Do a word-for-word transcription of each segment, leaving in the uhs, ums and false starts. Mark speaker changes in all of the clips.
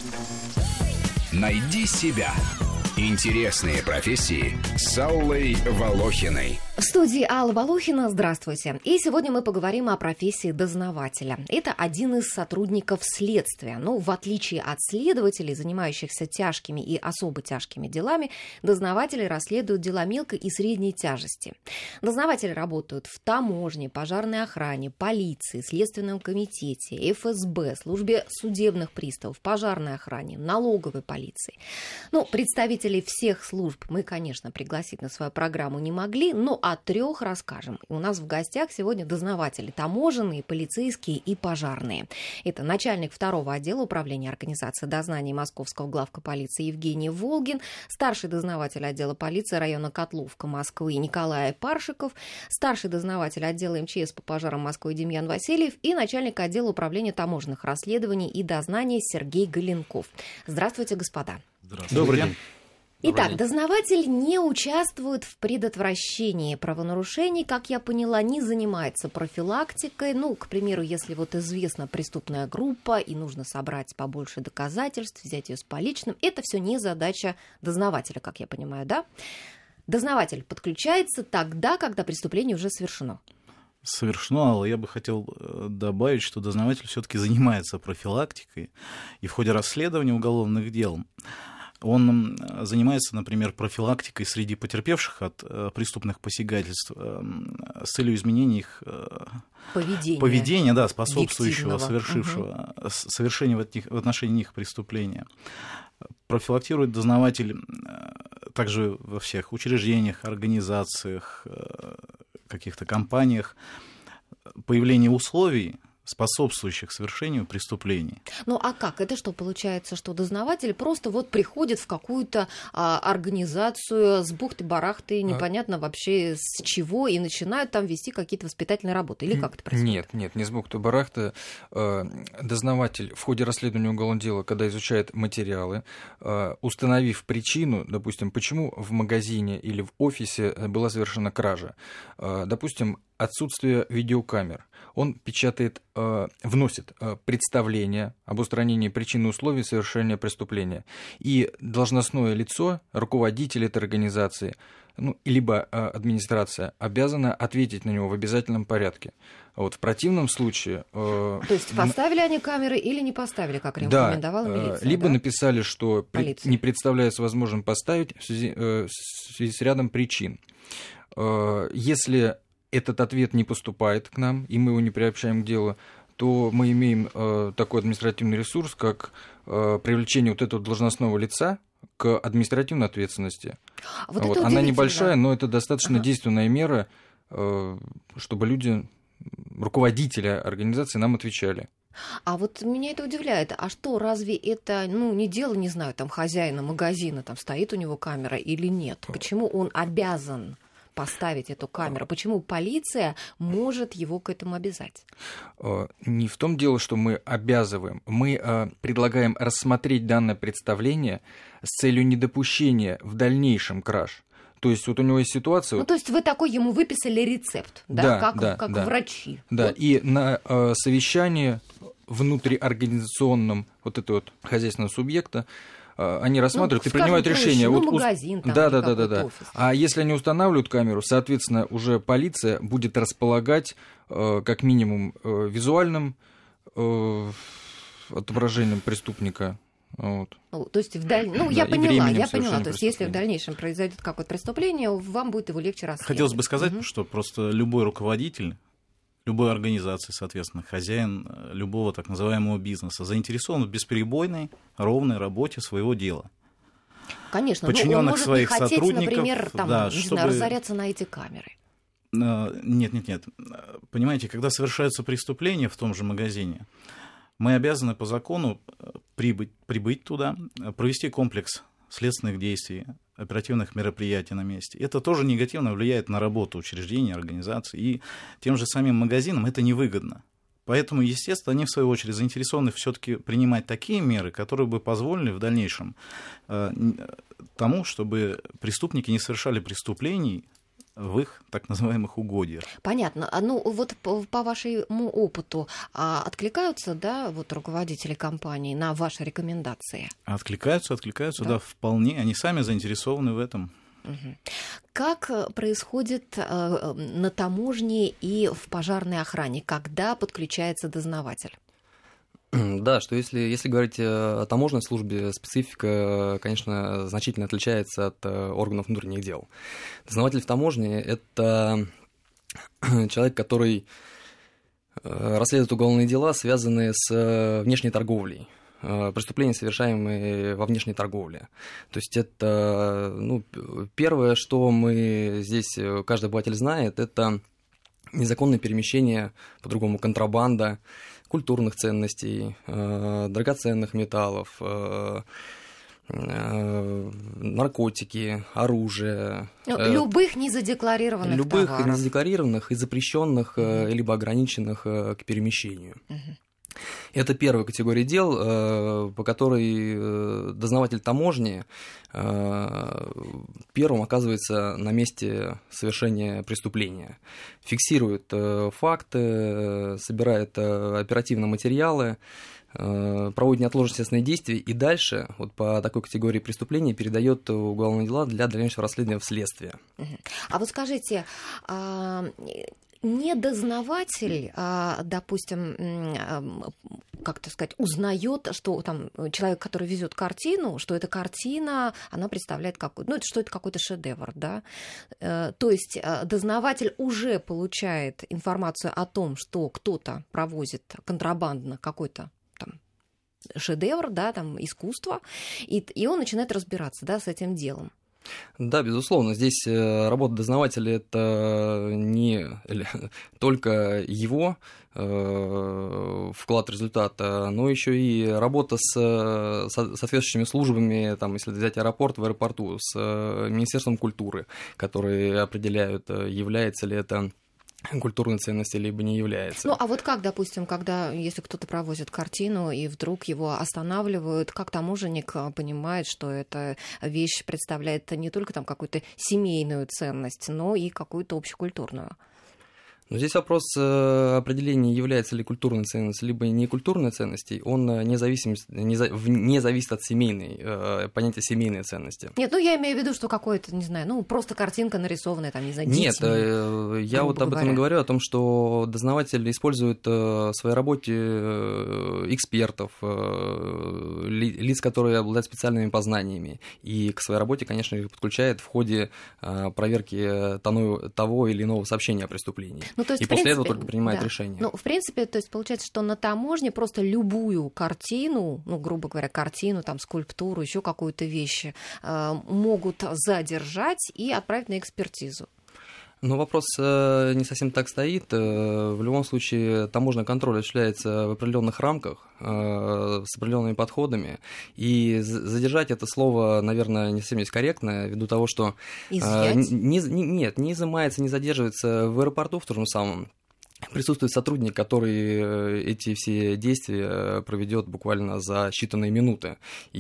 Speaker 1: Найди себя. Интересные профессии с Аллой Волохиной.
Speaker 2: В студии Алла Волохина. Здравствуйте. И сегодня мы поговорим о профессии дознавателя. Это один из сотрудников следствия. Но в отличие от следователей, занимающихся тяжкими и особо тяжкими делами, дознаватели расследуют дела мелкой и средней тяжести. Дознаватели работают в таможне, пожарной охране, полиции, Следственном комитете, эф эс бэ, службе судебных приставов, пожарной охране, налоговой полиции. Ну, представителей всех служб мы, конечно, пригласить на свою программу не могли, но о трех расскажем. И у нас в гостях сегодня дознаватели таможенные, полицейские и пожарные. Это начальник второго отдела управления организации дознаний Московского главка полиции Евгений Волгин, старший дознаватель отдела полиции района Котловка Москвы Николай Паршиков, старший дознаватель отдела эм че эс по пожарам Москвы Демьян Васильев и начальник отдела управления таможенных расследований и дознаний Сергей Галенков. Здравствуйте, господа.
Speaker 3: Здравствуйте. Добрый день.
Speaker 2: Итак, дознаватель не участвует в предотвращении правонарушений, как я поняла, не занимается профилактикой. Ну, к примеру, если вот известна преступная группа и нужно собрать побольше доказательств, взять ее с поличным, это все не задача дознавателя, как я понимаю, да? Дознаватель подключается тогда, когда преступление уже совершено.
Speaker 3: Совершено, Алла. Я бы хотел добавить, что дознаватель все-таки занимается профилактикой, и в ходе расследования уголовных дел он занимается, например, профилактикой среди потерпевших от э, преступных посягательств э, с целью изменения их э,
Speaker 2: поведения,
Speaker 3: поведения, да, способствующего совершившего,
Speaker 2: угу.
Speaker 3: совершению в, в отношении них преступления. Профилактирует дознаватель э, также во всех учреждениях, организациях, э, каких-то компаниях появление условий, способствующих совершению преступлений.
Speaker 2: Ну а как? Это что, получается, что дознаватель просто вот приходит в какую-то а, организацию с бухты-барахты, непонятно вообще с чего, и начинают там вести какие-то воспитательные работы? Или как это происходит?
Speaker 4: Нет, нет, не с бухты-барахты. Дознаватель в ходе расследования уголовного дела, когда изучает материалы, установив причину, допустим, почему в магазине или в офисе была совершена кража, допустим, отсутствие видеокамер, он печатает, э, вносит э, представление об устранении причин и условий совершения преступления. И должностное лицо, руководитель этой организации, ну, либо э, администрация обязана ответить на него в обязательном порядке. Вот, в противном случае... Э,
Speaker 2: То есть поставили они камеры или не поставили, как рекомендовала
Speaker 4: да,
Speaker 2: милиция?
Speaker 4: Либо
Speaker 2: да?
Speaker 4: написали, что
Speaker 2: Полиция.
Speaker 4: не представляется возможным поставить в связи, э, в связи с рядом причин. Э, если этот ответ не поступает к нам, и мы его не приобщаем к делу, то мы имеем э, такой административный ресурс, как э, привлечение вот этого должностного лица к административной ответственности.
Speaker 2: Вот
Speaker 4: вот. Она небольшая, но это достаточно ага. действенная мера, э, чтобы люди, руководители организации, нам отвечали.
Speaker 2: А вот меня это удивляет. А что, разве это, ну, не дело, не знаю, там, хозяина магазина, там, стоит у него камера или нет? Почему он обязан поставить эту камеру? Почему полиция может его к этому обязать?
Speaker 4: Не в том дело, что мы обязываем. Мы предлагаем рассмотреть данное представление с целью недопущения в дальнейшем краж. То есть вот у него есть ситуация...
Speaker 2: Ну, то есть вы такой ему выписали рецепт, да,
Speaker 4: да
Speaker 2: как,
Speaker 4: да,
Speaker 2: как
Speaker 4: да.
Speaker 2: врачи.
Speaker 4: Да,
Speaker 2: вот.
Speaker 4: И на э, совещании внутриорганизационном вот этого вот хозяйственного субъекта они рассматривают
Speaker 2: ну,
Speaker 4: и принимают
Speaker 2: проще,
Speaker 4: решение.
Speaker 2: Ну,
Speaker 4: вот,
Speaker 2: магазин, там,
Speaker 4: да, да, да, да, да. А если они устанавливают камеру, соответственно, уже полиция будет располагать э, как минимум э, визуальным э, отображением преступника. Вот.
Speaker 2: Ну, то есть в даль... ну,
Speaker 4: да,
Speaker 2: я поняла, я поняла. То есть если в
Speaker 4: преступления.
Speaker 2: дальнейшем произойдет какое-то преступление, вам будет его легче расследовать.
Speaker 3: Хотелось бы сказать,
Speaker 2: угу.
Speaker 3: что просто любой руководитель любой организации, соответственно, хозяин любого так называемого бизнеса заинтересован в бесперебойной, ровной работе своего дела.
Speaker 2: Конечно,
Speaker 3: подчиненных
Speaker 2: но он может
Speaker 3: своих
Speaker 2: не хотеть,
Speaker 3: сотрудников,
Speaker 2: например, там,
Speaker 3: да,
Speaker 2: не
Speaker 3: чтобы...
Speaker 2: знаю, разоряться на эти камеры.
Speaker 3: Нет, нет, нет. Понимаете, когда совершаются преступления в том же магазине, мы обязаны по закону прибыть, прибыть туда, провести комплекс следственных действий, оперативных мероприятий на месте. Это тоже негативно влияет на работу учреждений, организаций, и тем же самим магазинам это невыгодно. Поэтому, естественно, они, в свою очередь, заинтересованы все-таки принимать такие меры, которые бы позволили в дальнейшем э, тому, чтобы преступники не совершали преступлений в их так называемых угодьях.
Speaker 2: Понятно. А ну вот по, по вашему опыту а, откликаются, да, вот руководители компании на ваши рекомендации?
Speaker 3: Откликаются, откликаются, да,
Speaker 2: да
Speaker 3: вполне. Они сами заинтересованы в этом.
Speaker 2: Угу. Как происходит э, на таможне и в пожарной охране, когда подключается дознаватель?
Speaker 5: Да, что если, если говорить о таможенной службе, специфика, конечно, значительно отличается от органов внутренних дел. Дознаватель в таможне – это человек, который расследует уголовные дела, связанные с внешней торговлей, преступления, совершаемые во внешней торговле. То есть это, ну, первое, что мы здесь, каждый обыватель знает, это незаконное перемещение, по-другому контрабанда, культурных ценностей, э, драгоценных металлов, э, э, наркотики, оружие.
Speaker 2: Ну, э, любых незадекларированных
Speaker 5: любых
Speaker 2: товаров.
Speaker 5: Любых незадекларированных и запрещенных, э, либо ограниченных э, к перемещению. Uh-huh. Это первая категория дел, э, по которой э, дознаватель таможни э, первым оказывается на месте совершения преступления. Фиксирует э, факты, собирает э, оперативно материалы, э, проводит неотложные следственные действия и дальше вот по такой категории преступления передает уголовные дела для дальнейшего расследования в следствие.
Speaker 2: А вот скажите, а... не дознаватель, допустим, как-то сказать, узнает, что там человек, который везет картину, что эта картина, она представляет какой-то, ну, что это какой-то шедевр, да. То есть дознаватель уже получает информацию о том, что кто-то провозит контрабандно какой-то там шедевр, да, там искусство, и, и он начинает разбираться, да, с этим делом.
Speaker 5: Да, безусловно, здесь работа дознавателя – это не только его вклад результата, но еще и работа с соответствующими службами, там, если взять аэропорт, в аэропорту, с Министерством культуры, которые определяют, является ли это культурной ценности, либо не является.
Speaker 2: Ну, а вот как, допустим, когда, если кто-то провозит картину, и вдруг его останавливают, как таможенник понимает, что эта вещь представляет не только там какую-то семейную ценность, но и какую-то общекультурную?
Speaker 5: Но здесь вопрос определения, является ли культурной ценностью, либо не культурной ценностью, он не, зависим, не, за, не зависит от семейной, понятия семейной ценности.
Speaker 2: Нет, ну я имею в виду, что какое-то, не знаю, ну просто картинка нарисованная, там, не знаю,
Speaker 5: Нет,
Speaker 2: детьми,
Speaker 5: я вот об
Speaker 2: говоря.
Speaker 5: этом и говорю, о том, что дознаватель использует в своей работе экспертов, лиц, которые обладают специальными познаниями, и к своей работе, конечно, их подключает в ходе проверки того или иного сообщения о преступлении.
Speaker 2: Ну, то есть,
Speaker 5: и после
Speaker 2: принципе,
Speaker 5: этого только принимает
Speaker 2: да.
Speaker 5: решение.
Speaker 2: Ну, в принципе, то есть получается, что на таможне просто любую картину, ну, грубо говоря, картину, там, скульптуру, еще какую-то вещь э, могут задержать и отправить на экспертизу.
Speaker 5: Но вопрос э, не совсем так стоит. Э, в любом случае, таможенный контроль осуществляется в определенных рамках, э, с определенными подходами. И задержать это слово, наверное, не совсем есть корректно, ввиду того, что э, не, не, нет, не изымается, не задерживается в аэропорту в том же самом. Присутствует сотрудник, который эти все действия проведет буквально за считанные минуты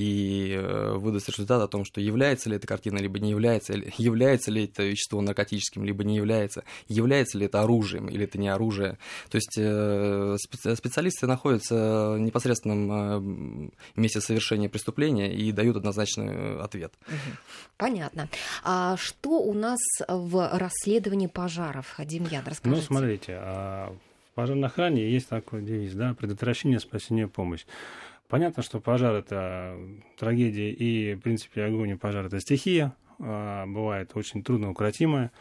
Speaker 5: и выдаст результат о том, что является ли эта картина, либо не является, является ли это вещество наркотическим, либо не является, является ли это оружием, или это не оружие. То есть специалисты находятся в непосредственном месте совершения преступления и дают однозначный ответ.
Speaker 2: Понятно. А что у нас в расследовании пожаров? Демьян, расскажите.
Speaker 6: Ну, смотрите, в пожарной охране есть такой девиз, да, предотвращение, спасение, помощь. Понятно, что пожар – это трагедия, и, в принципе, огонь и пожар – это стихия, бывает очень трудноукротимая,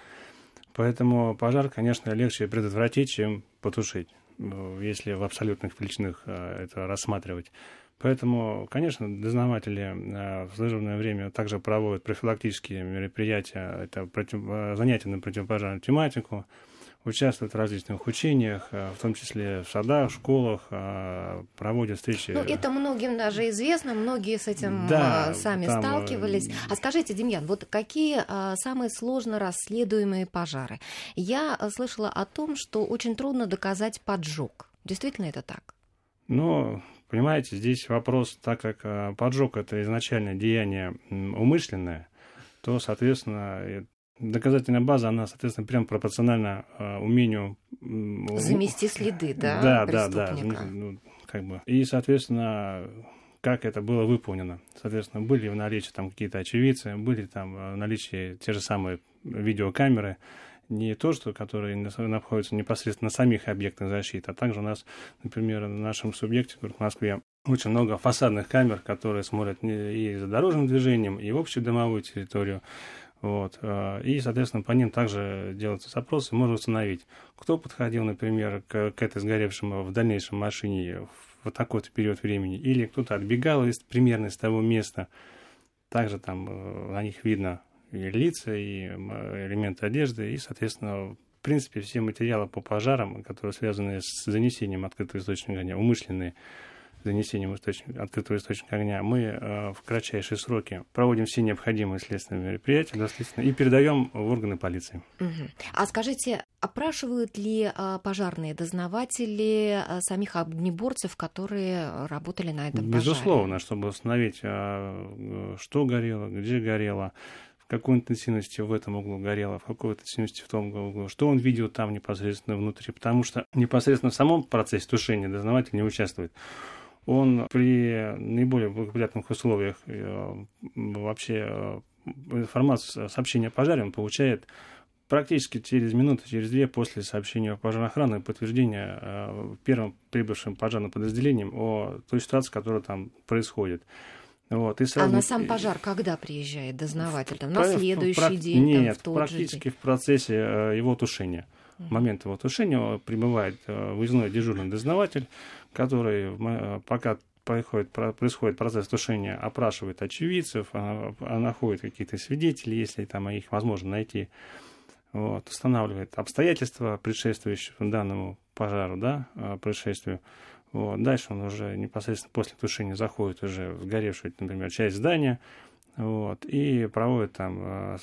Speaker 6: поэтому пожар, конечно, легче предотвратить, чем потушить, если в абсолютных величинах это рассматривать. Поэтому, конечно, дознаватели в служебное время также проводят профилактические мероприятия, это против... занятия на противопожарную тематику, участвуют в различных учениях, в том числе в садах, в школах, проводят встречи.
Speaker 2: Ну, это многим даже известно, многие с этим
Speaker 6: да,
Speaker 2: сами
Speaker 6: там...
Speaker 2: сталкивались. А скажите, Демьян, вот какие самые сложно расследуемые пожары? Я слышала о том, что очень трудно доказать поджог. Действительно это так?
Speaker 6: Ну, понимаете, здесь вопрос, так как поджог – это изначально деяние умышленное, то, соответственно, доказательная база, она, соответственно, прям пропорциональна э, умению... Э,
Speaker 2: Замести следы, да,
Speaker 6: да,
Speaker 2: преступника.
Speaker 6: Да, да, ну, как бы. И, соответственно, как это было выполнено. Соответственно, были в наличии там какие-то очевидцы, были там в наличии те же самые видеокамеры, не то, что, которые находятся непосредственно на самих объектах защиты, а также у нас, например, в нашем субъекте, в Москве, очень много фасадных камер, которые смотрят и за дорожным движением, и в общую домовую территорию. Вот. И, соответственно, по ним также делаются запросы, можно установить, кто подходил, например, к, к этой сгоревшему в дальнейшем машине в вот такой-то период времени, или кто-то отбегал из, примерно из того места. Также там на них видно и лица, и элементы одежды, и, соответственно, в принципе, все материалы по пожарам, которые связаны с занесением открытого источника огня, умышленные занесением источника, открытого источника огня, мы э, в кратчайшие сроки проводим все необходимые следственные мероприятия доследственно и передаем в органы полиции.
Speaker 2: Угу. А скажите, опрашивают ли э, пожарные дознаватели э, самих огнеборцев, которые работали на этом пожаре?
Speaker 6: Безусловно, чтобы установить, э, что горело, где горело, в какой интенсивности в этом углу горело, в какой интенсивности в том углу, что он видел там непосредственно внутри, потому что непосредственно в самом процессе тушения дознаватель не участвует. Он при наиболее благоприятных условиях э, вообще э, информацию, сообщение о пожаре он получает практически через минуту, через две после сообщения о пожарной охране и подтверждения э, первым прибывшим пожарным подразделением о той ситуации, которая там происходит. Вот, и сразу...
Speaker 2: А на сам пожар когда приезжает дознаватель? Там, на следующий
Speaker 6: Прак...
Speaker 2: день?
Speaker 6: Нет,
Speaker 2: там, в тот
Speaker 6: практически
Speaker 2: же день?
Speaker 6: в процессе э, его тушения. В момент его тушения прибывает э, выездной дежурный дознаватель, который, э, пока происходит, про, происходит процесс тушения, опрашивает очевидцев, а, а находит какие-то свидетелей, если там их возможно найти, вот, устанавливает обстоятельства, предшествующие данному пожару, да, происшествию. Вот. Дальше он уже непосредственно после тушения заходит уже в сгоревшую, например, часть здания, вот, и проводит там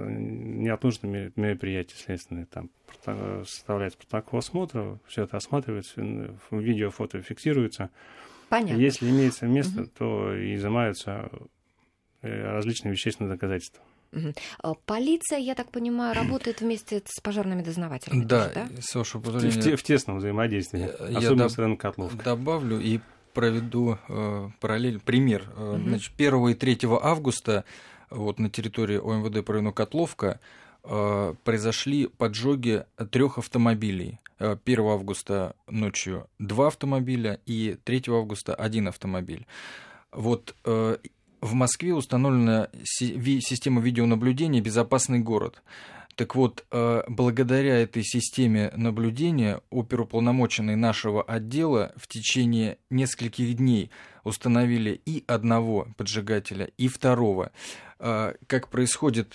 Speaker 6: неотложные мероприятия следственные, там составляется протокол осмотра, все это осматривается, видео, фото фиксируется.
Speaker 2: Понятно.
Speaker 6: Если имеется место, угу. то и изымаются различные вещественные доказательства.
Speaker 2: Угу. Полиция, я так понимаю, работает вместе с пожарными дознавателями.
Speaker 4: Да,
Speaker 2: тоже, да?
Speaker 4: с вашего позволения...
Speaker 6: В, в, в тесном взаимодействии,
Speaker 4: я
Speaker 6: особенно
Speaker 4: доб...
Speaker 6: с районом Котловка.
Speaker 4: Добавлю и проведу э, параллель, пример. Угу. Значит, первого и третьего августа вот, на территории ОМВД по району Котловка э, произошли поджоги трех автомобилей. первого августа ночью два автомобиля и третьего августа один автомобиль. Вот э, в Москве установлена система видеонаблюдения «Безопасный город». Так вот, благодаря этой системе наблюдения оперуполномоченные нашего отдела в течение нескольких дней установили и одного поджигателя, и второго. Как происходит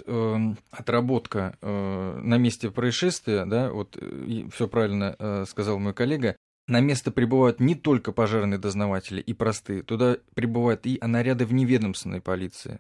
Speaker 4: отработка на месте происшествия, да, вот все правильно сказал мой коллега, на место прибывают не только пожарные дознаватели и простые, туда прибывают и наряды вневедомственной полиции,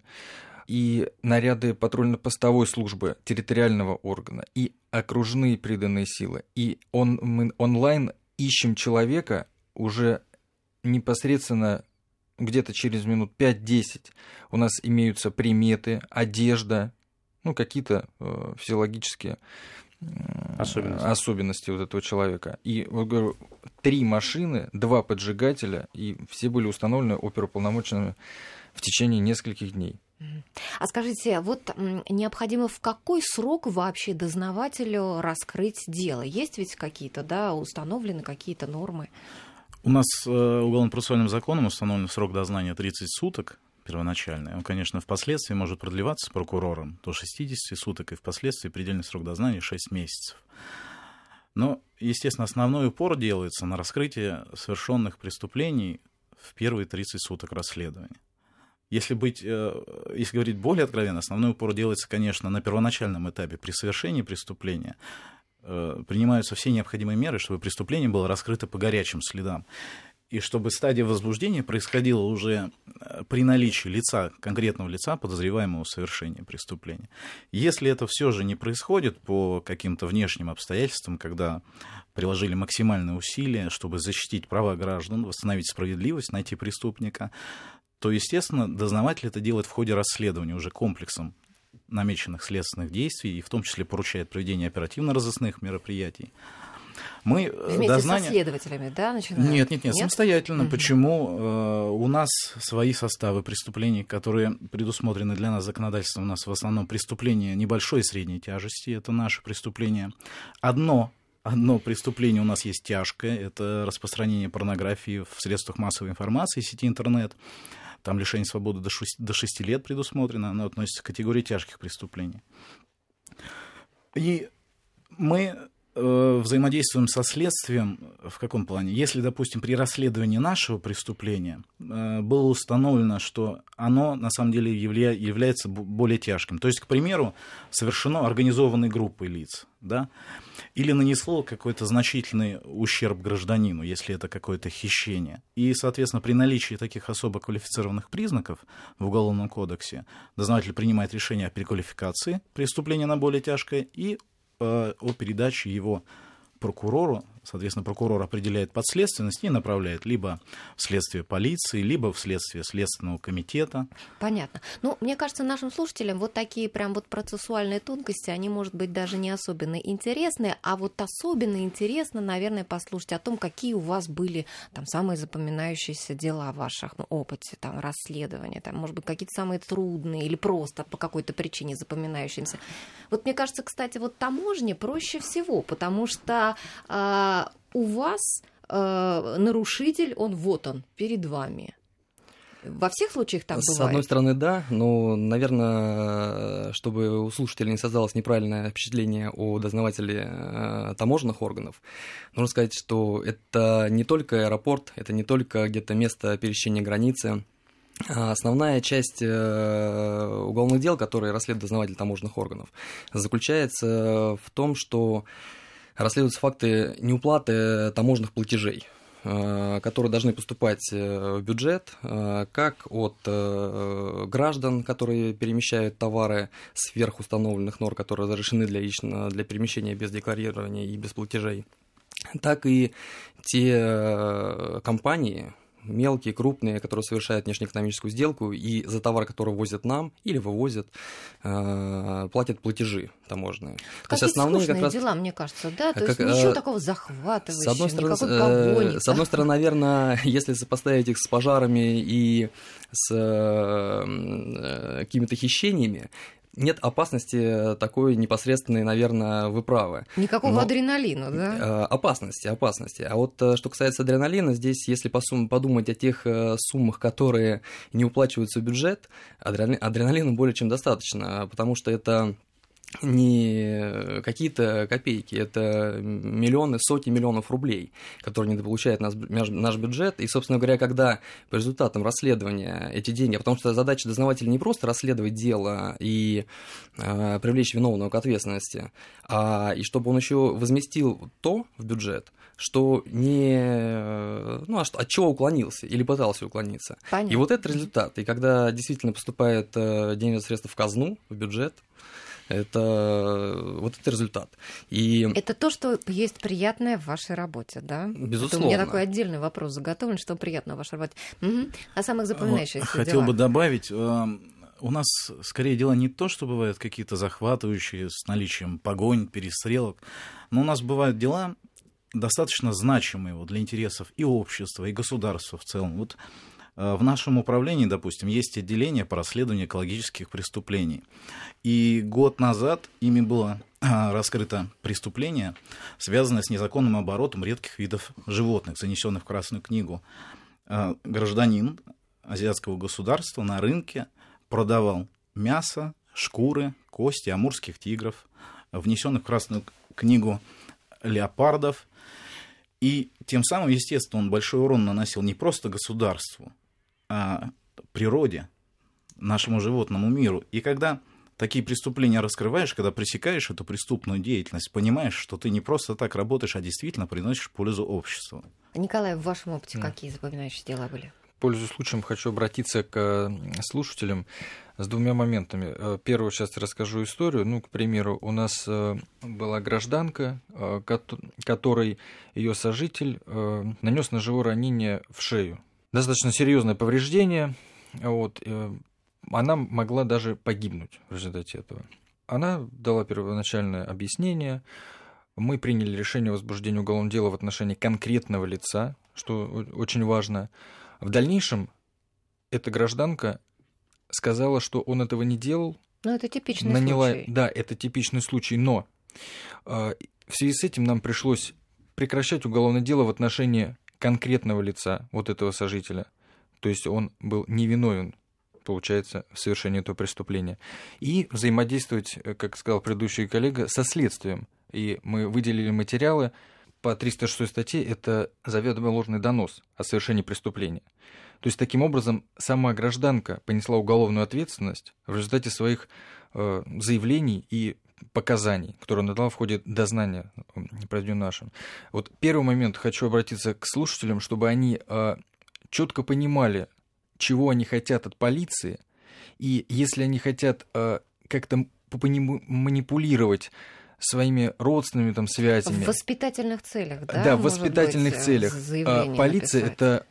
Speaker 4: и наряды патрульно-постовой службы территориального органа, и окружные приданные силы. И он, мы онлайн ищем человека уже непосредственно где-то через минут пять-десять. У нас имеются приметы, одежда, ну, какие-то э, физиологические
Speaker 6: особенности.
Speaker 4: особенности вот этого человека. И, вот говорю, три машины, два поджигателя, и все были установлены оперуполномоченными в течение нескольких дней.
Speaker 2: А скажите, вот необходимо в какой срок вообще дознавателю раскрыть дело? Есть ведь какие-то, да, установлены какие-то нормы?
Speaker 3: У нас э, уголовно-процессуальным законом установлен срок дознания тридцать суток первоначальный. Он, конечно, впоследствии может продлеваться прокурором до шестьдесят суток, и впоследствии предельный срок дознания шесть месяцев. Но, естественно, основной упор делается на раскрытие совершенных преступлений в первые тридцать суток расследования. Если, быть, если говорить более откровенно, основной упор делается, конечно, на первоначальном этапе. При совершении преступления принимаются все необходимые меры, чтобы преступление было раскрыто по горячим следам. И чтобы стадия возбуждения происходила уже при наличии лица, конкретного лица, подозреваемого в совершении преступления. Если это все же не происходит по каким-то внешним обстоятельствам, когда приложили максимальные усилия, чтобы защитить права граждан, восстановить справедливость, найти преступника, то, естественно, дознаватель это делает в ходе расследования уже комплексом намеченных следственных действий, и в том числе поручает проведение оперативно-розыскных мероприятий. Мы
Speaker 2: вместе
Speaker 3: дознание...
Speaker 2: со следователями, да, начинаем?
Speaker 3: Нет, нет, нет, нет? самостоятельно.
Speaker 2: Угу.
Speaker 3: Почему? Э, у нас свои составы преступлений, которые предусмотрены для нас законодательством. У нас в основном преступления небольшой и средней тяжести. Это наши преступления. Одно, одно преступление у нас есть тяжкое. Это распространение порнографии в средствах массовой информации, сети интернет. Там лишение свободы до шести, до шести лет предусмотрено. Оно относится к категории тяжких преступлений. И мы... взаимодействуем со следствием в каком плане? Если, допустим, при расследовании нашего преступления было установлено, что оно на самом деле явля... является более тяжким. То есть, к примеру, совершено организованной группой лиц, да? Или нанесло какой-то значительный ущерб гражданину, если это какое-то хищение. И, соответственно, при наличии таких особо квалифицированных признаков в Уголовном кодексе дознаватель принимает решение о переквалификации преступления на более тяжкое и о передаче его прокурору. Соответственно, прокурор определяет подследственность и направляет либо в следствие полиции, либо в следствие Следственного комитета.
Speaker 2: Понятно. Ну, мне кажется, нашим слушателям вот такие прям вот процессуальные тонкости, они, может быть, даже не особенно интересны, а вот особенно интересно, наверное, послушать о том, какие у вас были там самые запоминающиеся дела в вашем ну, опыте, там, расследования, там, может быть, какие-то самые трудные или просто по какой-то причине запоминающиеся. Вот мне кажется, кстати, вот таможне проще всего, потому что э, у вас э, нарушитель, он вот он, перед вами. Во всех случаях так бывает?
Speaker 5: С одной стороны, да, но, наверное, чтобы у слушателей не создалось неправильное впечатление о дознавателе таможенных органов, нужно сказать, что это не только аэропорт, это не только где-то место пересечения границы. Основная часть уголовных дел, которые расследует дознаватель таможенных органов, заключается в том, что расследуются факты неуплаты таможенных платежей, которые должны поступать в бюджет как от граждан, которые перемещают товары сверх установленных норм, которые разрешены для, лично, для перемещения без декларирования и без платежей, так и те компании, мелкие, крупные, которые совершают внешнеэкономическую сделку и за товар, который возят нам или вывозят, платят платежи таможенные.
Speaker 2: Какие основные как раз... дела, мне кажется, да? То как, есть ничего такого захватывающего,
Speaker 5: с одной стороны,
Speaker 2: никакой погони.
Speaker 5: С одной стороны, наверное, если сопоставить их с пожарами и с какими-то хищениями, нет опасности такой непосредственной, наверное, выправы.
Speaker 2: Никакого Но... адреналина, да?
Speaker 5: Опасности, опасности. А вот что касается адреналина, здесь, если подумать о тех суммах, которые не уплачиваются в бюджет, адреналина более чем достаточно, потому что это не какие-то копейки, это миллионы, сотни миллионов рублей, которые недополучает наш, наш бюджет. И, собственно говоря, когда по результатам расследования эти деньги, потому что задача дознавателя не просто расследовать дело и э, привлечь виновного к ответственности, а и чтобы он еще возместил то в бюджет, что не, ну, от чего уклонился или пытался уклониться.
Speaker 2: Понятно.
Speaker 5: И вот это результат. И когда действительно поступает денежные средства в казну, в бюджет, это вот это результат. И...
Speaker 2: Это то, что есть приятное в вашей работе, да?
Speaker 5: Безусловно.
Speaker 2: Это у меня такой отдельный вопрос заготовлен, что приятно в вашей работе. Угу. А самых запоминающихся
Speaker 3: Хотел
Speaker 2: дела?
Speaker 3: бы добавить, у нас скорее дела не то, что бывают какие-то захватывающие с наличием погонь, перестрелок, но у нас бывают дела достаточно значимые вот, для интересов и общества, и государства в целом. Вот в нашем управлении, допустим, есть отделение по расследованию экологических преступлений. И год назад ими было раскрыто преступление, связанное с незаконным оборотом редких видов животных, занесенных в Красную книгу. Гражданин азиатского государства на рынке продавал мясо, шкуры, кости амурских тигров, внесенных в Красную книгу леопардов. И тем самым, естественно, он большой урон наносил не просто государству, а природе, нашему животному миру. И когда такие преступления раскрываешь, когда пресекаешь эту преступную деятельность, понимаешь, что ты не просто так работаешь, а действительно приносишь пользу обществу.
Speaker 2: Николай, в вашем опыте какие запоминающие дела были?
Speaker 4: Пользуясь случаем, хочу обратиться к слушателям с двумя моментами. Первую сейчас расскажу историю. Ну, к примеру, у нас была гражданка, которой ее сожитель нанес ножевое ранение в шею. Достаточно серьезное повреждение. Вот. она могла даже погибнуть в результате этого. Она дала первоначальное объяснение. Мы приняли решение о возбуждении уголовного дела в отношении конкретного лица, что очень важно. В дальнейшем эта гражданка сказала, что он этого не делал.
Speaker 2: Ну, это типичный
Speaker 4: наняла...
Speaker 2: случай.
Speaker 4: Да, это типичный случай, но э, в связи с этим нам пришлось прекращать уголовное дело в отношении конкретного лица, вот этого сожителя. То есть он был невиновен, получается, в совершении этого преступления. И взаимодействовать, как сказал предыдущий коллега, со следствием. И мы выделили материалы по триста шестой статье, это заведомо ложный донос о совершении преступления. То есть, таким образом, сама гражданка понесла уголовную ответственность в результате своих э, заявлений и показаний, которые она дала в ходе дознания, проведенного нашим. Вот первый момент хочу обратиться к слушателям, чтобы они э, четко понимали, чего они хотят от полиции, и если они хотят э, как-то манипулировать своими родственными там, связями.
Speaker 2: В воспитательных целях, да?
Speaker 4: Да, в воспитательных быть, целях. Полиция — это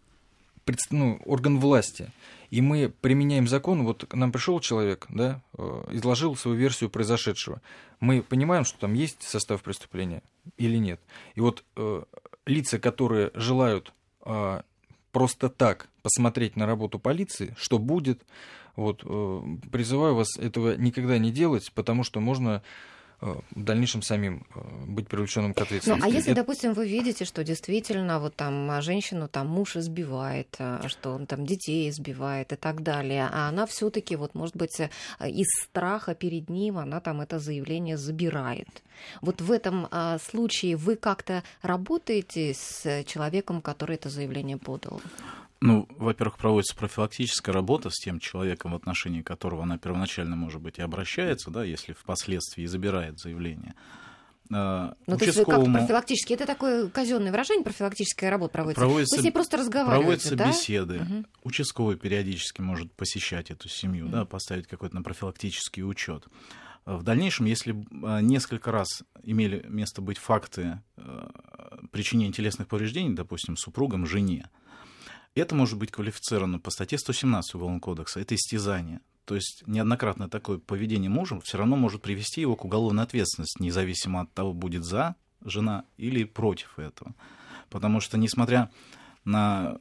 Speaker 4: ну, орган власти. И мы применяем закон. Вот к нам пришел человек, да, изложил свою версию произошедшего. Мы понимаем, что там есть состав преступления или нет. И вот э, лица, которые желают э, просто так посмотреть на работу полиции, что будет, вот, э, призываю вас этого никогда не делать, потому что можно в дальнейшем самим быть привлеченным к ответственности.
Speaker 2: Ну, а если,
Speaker 4: Это...
Speaker 2: допустим, вы видите, что действительно вот там женщину там муж избивает, что он там детей избивает и так далее, а она все-таки вот, может быть, из страха перед ним она там это заявление забирает. Вот в этом а, случае вы как-то работаете с человеком, который это заявление подал?
Speaker 3: Ну, во-первых, проводится профилактическая работа с тем человеком, в отношении которого она первоначально, может быть, и обращается, да, если впоследствии забирает заявление.
Speaker 2: Ну, участковому... то есть вы как профилактически, это такое казенное выражение, профилактическая работа проводится?
Speaker 3: проводится
Speaker 2: вы с ней просто разговариваете,
Speaker 3: проводятся
Speaker 2: да?
Speaker 3: беседы.
Speaker 2: Угу.
Speaker 3: Участковый периодически может посещать эту семью, угу. да, поставить какой-то на профилактический учет. В дальнейшем, если несколько раз имели место быть факты причинения телесных повреждений, допустим, супругам, жене, это может быть квалифицировано по статье сто семнадцать Уголовного кодекса. Это истязание. То есть неоднократное такое поведение мужа все равно может привести его к уголовной ответственности, независимо от того, будет за жена или против этого. Потому что, несмотря на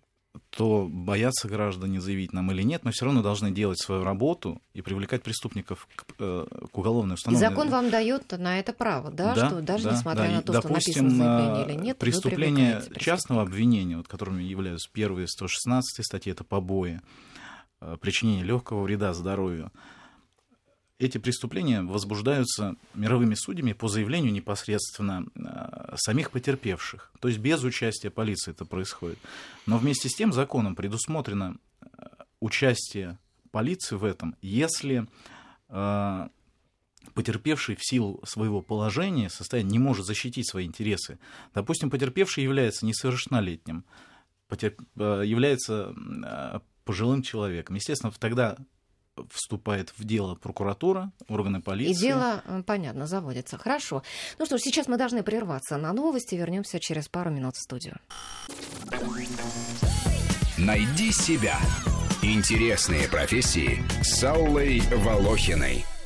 Speaker 3: то, боятся граждане заявить нам или нет, мы все равно должны делать свою работу и привлекать преступников к, к уголовной установленной.
Speaker 2: И закон вам дает на это право, да,
Speaker 3: да
Speaker 2: что даже
Speaker 3: да,
Speaker 2: несмотря
Speaker 3: да.
Speaker 2: на то,
Speaker 3: Допустим,
Speaker 2: что написано заявление или нет,
Speaker 3: преступление частного обвинения, вот, которыми являются первые сто шестнадцать статьи, это побои, причинение легкого вреда здоровью. Эти преступления возбуждаются мировыми судьями по заявлению непосредственно самих потерпевших. То есть без участия полиции это происходит. Но вместе с тем законом предусмотрено участие полиции в этом, если потерпевший в силу своего положения, состояния не может защитить свои интересы. Допустим, потерпевший является несовершеннолетним, потерп... является пожилым человеком. Естественно, тогда вступает в дело прокуратура, органы полиции.
Speaker 2: И дело, понятно, заводится. Хорошо. Ну что ж, сейчас мы должны прерваться на новости. Вернемся через пару минут в студию.
Speaker 1: Найди себя. Интересные профессии с Аллой Волохиной.